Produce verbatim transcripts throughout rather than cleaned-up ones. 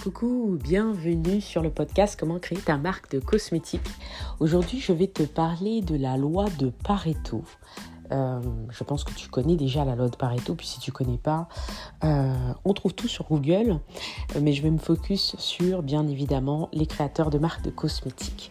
Coucou, bienvenue sur le podcast Comment créer ta marque de cosmétiques. Aujourd'hui, je vais te parler de la loi de Pareto. Euh, je pense que tu connais déjà la loi de Pareto, puis si tu ne connais pas, euh, on trouve tout sur Google, mais je vais me focus sur, bien évidemment, les créateurs de marques de cosmétiques.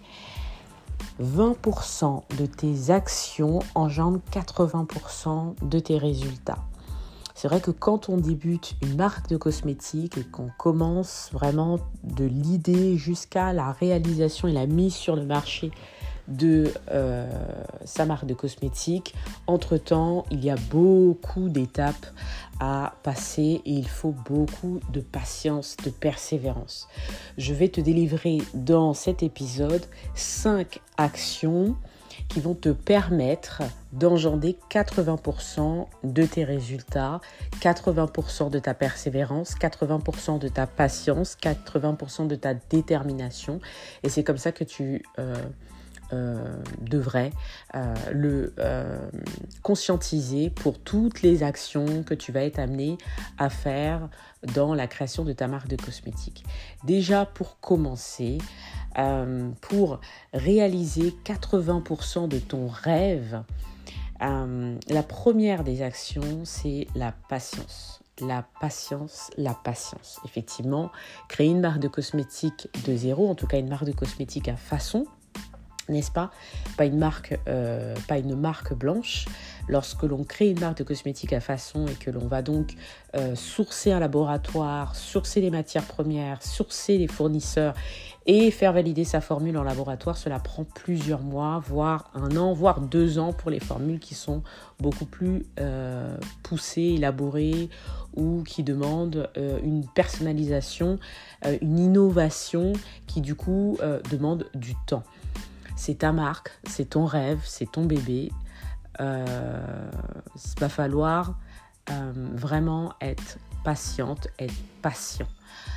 vingt pour cent de tes actions engendrent quatre-vingts pour cent de tes résultats. C'est vrai que quand on débute une marque de cosmétiques et qu'on commence vraiment de l'idée jusqu'à la réalisation et la mise sur le marché de euh, sa marque de cosmétiques, entre-temps, il y a beaucoup d'étapes à passer et il faut beaucoup de patience, de persévérance. Je vais te délivrer dans cet épisode cinq actions qui vont te permettre d'engendrer quatre-vingts pour cent de tes résultats, quatre-vingts pour cent de ta persévérance, quatre-vingts pour cent de ta patience, quatre-vingts pour cent de ta détermination. Et c'est comme ça que tu euh, euh, devrais euh, le euh, conscientiser pour toutes les actions que tu vas être amené à faire dans la création de ta marque de cosmétiques. Déjà, pour commencer, Euh, pour réaliser quatre-vingts pour cent de ton rêve, euh, la première des actions, c'est la patience. La patience, la patience. Effectivement, créer une marque de cosmétiques de zéro, en tout cas une marque de cosmétiques à façon, n'est-ce pas? Pas une marque, euh, pas une marque blanche. Lorsque l'on crée une marque de cosmétiques à façon et que l'on va donc euh, sourcer un laboratoire, sourcer les matières premières, sourcer les fournisseurs et faire valider sa formule en laboratoire, cela prend plusieurs mois, voire un an, voire deux ans pour les formules qui sont beaucoup plus euh, poussées, élaborées ou qui demandent euh, une personnalisation, euh, une innovation qui du coup euh, demande du temps. C'est ta marque, c'est ton rêve, c'est ton bébé. Euh, il va falloir euh, vraiment être patiente, être patient.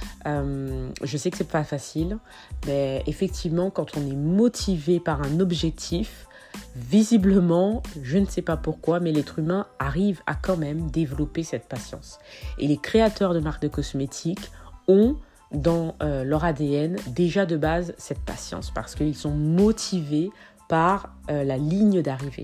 Euh, je sais que c'est pas facile, mais effectivement, quand on est motivé par un objectif, visiblement, je ne sais pas pourquoi, mais l'être humain arrive à quand même développer cette patience. Et les créateurs de marques de cosmétiques ont dans euh, leur A D N déjà de base cette patience parce qu'ils sont motivés par euh, la ligne d'arrivée.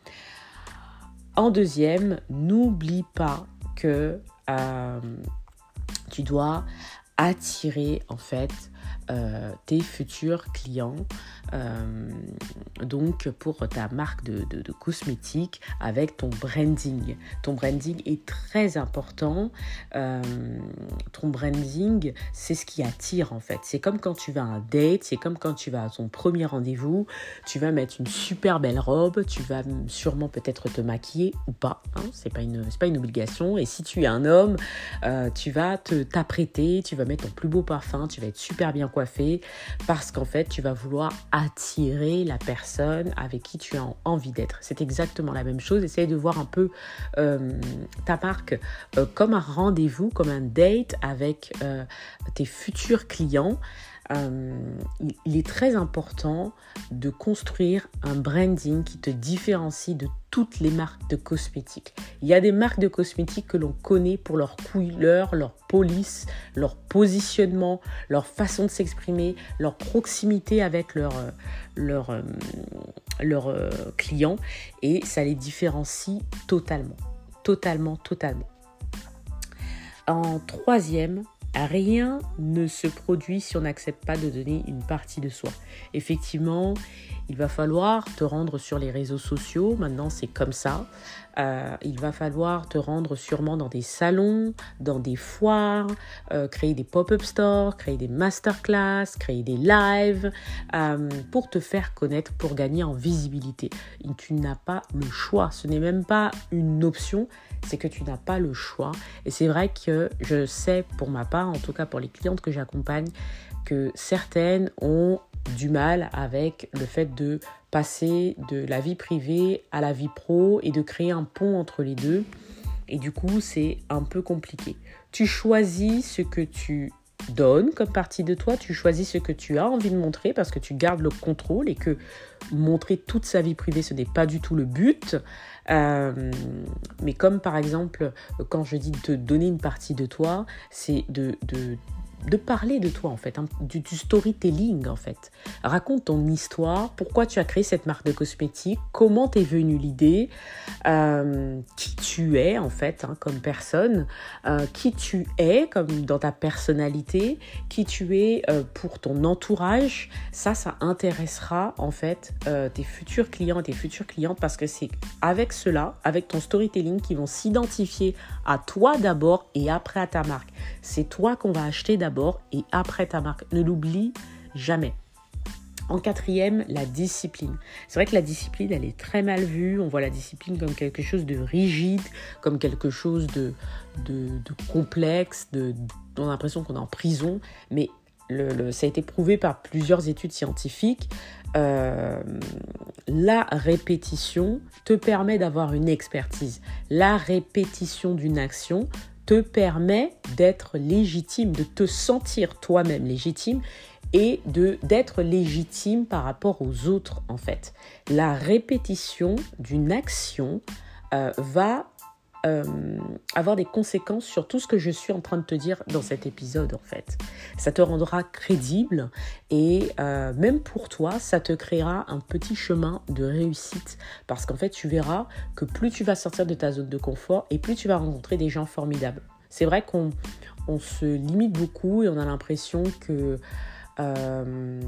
En deuxième, n'oublie pas que euh, tu dois attirer en fait euh, tes futurs clients euh, donc pour ta marque de, de, de cosmétiques avec ton branding. Ton branding est très important. Euh, ton branding, c'est ce qui attire en fait. C'est comme quand tu vas à un date, c'est comme quand tu vas à ton premier rendez-vous, tu vas mettre une super belle robe, tu vas sûrement peut-être te maquiller ou pas, hein, c'est pas une, c'est pas une obligation. Et si tu es un homme, euh, tu vas te, t'apprêter, tu vas mettre ton plus beau parfum, tu vas être super bien coiffé parce qu'en fait, tu vas vouloir attirer la personne avec qui tu as envie d'être. C'est exactement la même chose. Essaye de voir un peu euh, ta marque euh, comme un rendez-vous, comme un date avec euh, tes futurs clients. Euh, il est très important de construire un branding qui te différencie de toutes les marques de cosmétiques. Il y a des marques de cosmétiques que l'on connaît pour leur couleur, leur police, leur positionnement, leur façon de s'exprimer, leur proximité avec leurs leur, leur, leur, euh, clients et ça les différencie totalement, totalement, totalement. En troisième, rien ne se produit si on n'accepte pas de donner une partie de soi. Effectivement, il va falloir te rendre sur les réseaux sociaux. Maintenant, c'est comme ça. Euh, il va falloir te rendre sûrement dans des salons, dans des foires, euh, créer des pop-up stores, créer des masterclass, créer des lives euh, pour te faire connaître, pour gagner en visibilité. Et tu n'as pas le choix. Ce n'est même pas une option, c'est que tu n'as pas le choix. Et c'est vrai que je sais pour ma part, en tout cas pour les clientes que j'accompagne, que certaines ont du mal avec le fait de passer de la vie privée à la vie pro et de créer un pont entre les deux. Et du coup, c'est un peu compliqué. Tu choisis ce que tu donnes comme partie de toi, tu choisis ce que tu as envie de montrer parce que tu gardes le contrôle et que montrer toute sa vie privée, ce n'est pas du tout le but. Euh, mais comme par exemple, quand je dis de donner une partie de toi, c'est de, de de parler de toi en fait, hein, du, du storytelling en fait. Raconte ton histoire, pourquoi tu as créé cette marque de cosmétiques, comment t'es venue l'idée, euh, qui tu es en fait hein, comme personne, euh, qui tu es comme dans ta personnalité, qui tu es euh, pour ton entourage. Ça, ça intéressera en fait euh, tes futurs clients et tes futures clientes parce que c'est avec cela, avec ton storytelling qu'ils vont s'identifier à toi d'abord et après à ta marque. C'est toi qu'on va acheter d'abord et après ta marque. Ne l'oublie jamais. En quatrième, la discipline. C'est vrai que la discipline, elle est très mal vue. On voit la discipline comme quelque chose de rigide, comme quelque chose de, de, de complexe, de, on a l'impression qu'on est en prison. Mais le, le, ça a été prouvé par plusieurs études scientifiques. Euh, la répétition te permet d'avoir une expertise. La répétition d'une action te permet d'être légitime, de te sentir toi-même légitime et de, d'être légitime par rapport aux autres en fait. La répétition d'une action euh, va euh, avoir des conséquences sur tout ce que je suis en train de te dire dans cet épisode en fait. Ça te rendra crédible et euh, même pour toi, ça te créera un petit chemin de réussite parce qu'en fait, tu verras que plus tu vas sortir de ta zone de confort et plus tu vas rencontrer des gens formidables. C'est vrai qu'on on se limite beaucoup et on a l'impression que euh,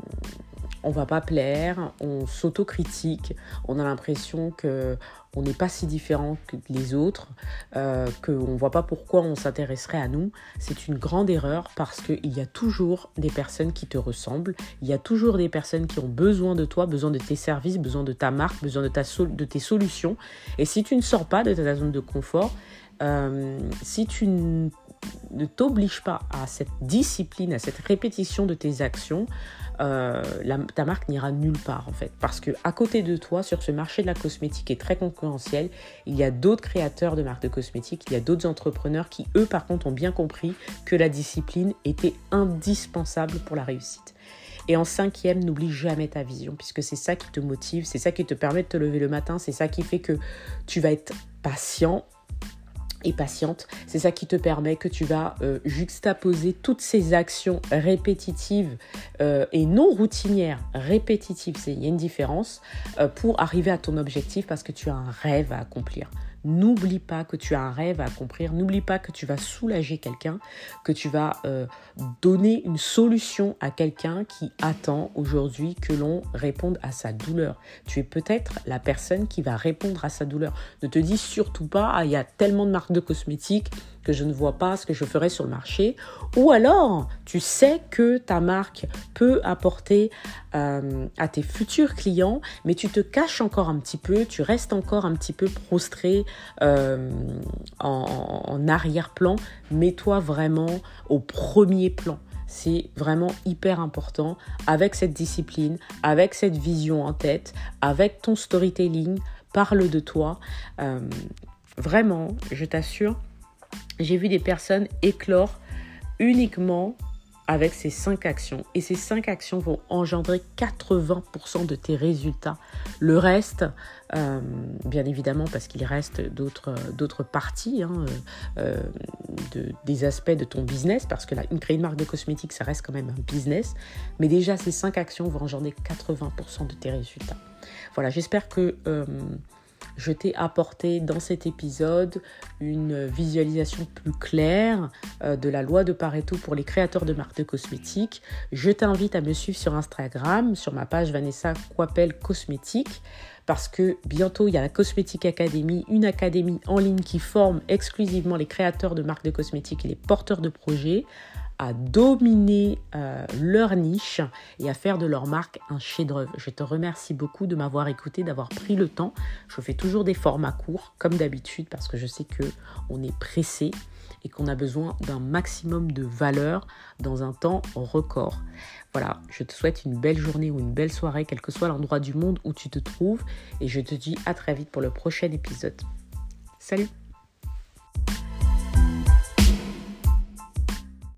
on va pas plaire, on s'autocritique, on a l'impression que on n'est pas si différent que les autres, euh, qu'on ne voit pas pourquoi on s'intéresserait à nous. C'est une grande erreur parce qu'il y a toujours des personnes qui te ressemblent, il y a toujours des personnes qui ont besoin de toi, besoin de tes services, besoin de ta marque, besoin de, ta sol- de tes solutions. Et si tu ne sors pas de ta zone de confort, euh, si tu n- ne t'obliges pas à cette discipline, à cette répétition de tes actions, Euh, la, ta marque n'ira nulle part en fait parce que à côté de toi sur ce marché de la cosmétique est très concurrentiel, il y a d'autres créateurs de marques de cosmétiques, il y a d'autres entrepreneurs qui eux par contre ont bien compris que la discipline était indispensable pour la réussite. Et en cinquième, n'oublie jamais ta vision puisque c'est ça qui te motive, c'est ça qui te permet de te lever le matin, c'est ça qui fait que tu vas être patient et patiente, c'est ça qui te permet que tu vas euh, juxtaposer toutes ces actions répétitives euh, et non routinières, répétitives, c'est, il y a une différence, euh, pour arriver à ton objectif parce que tu as un rêve à accomplir. N'oublie pas que tu as un rêve à accomplir, n'oublie pas que tu vas soulager quelqu'un, que tu vas euh, donner une solution à quelqu'un qui attend aujourd'hui que l'on réponde à sa douleur. Tu es peut-être la personne qui va répondre à sa douleur. Ne te dis surtout pas, ah, il y a tellement de marques de cosmétiques que je ne vois pas ce que je ferai sur le marché. Ou alors, tu sais que ta marque peut apporter euh, à tes futurs clients, mais tu te caches encore un petit peu, tu restes encore un petit peu prostré euh, en, en arrière-plan. Mets-toi vraiment au premier plan. C'est vraiment hyper important avec cette discipline, avec cette vision en tête, avec ton storytelling, parle de toi. Euh, vraiment, je t'assure, j'ai vu des personnes éclore uniquement avec ces cinq actions. Et ces cinq actions vont engendrer quatre-vingts pour cent de tes résultats. Le reste, euh, bien évidemment, parce qu'il reste d'autres, d'autres parties, hein, euh, de, des aspects de ton business, parce que là, une, créer une marque de cosmétiques, ça reste quand même un business. Mais déjà, ces cinq actions vont engendrer quatre-vingts pour cent de tes résultats. Voilà, j'espère que Euh, je t'ai apporté dans cet épisode une visualisation plus claire euh, de la loi de Pareto pour les créateurs de marques de cosmétiques. Je t'invite à me suivre sur Instagram, sur ma page Vanessa Coipel Cosmétique, parce que bientôt, il y a la Cosmétique Academy, une académie en ligne qui forme exclusivement les créateurs de marques de cosmétiques et les porteurs de projets à dominer euh, leur niche et à faire de leur marque un chef-d'œuvre. Je te remercie beaucoup de m'avoir écouté, d'avoir pris le temps. Je fais toujours des formats courts, comme d'habitude, parce que je sais qu'on est pressé et qu'on a besoin d'un maximum de valeur dans un temps record. Voilà, je te souhaite une belle journée ou une belle soirée, quel que soit l'endroit du monde où tu te trouves, et je te dis à très vite pour le prochain épisode. Salut!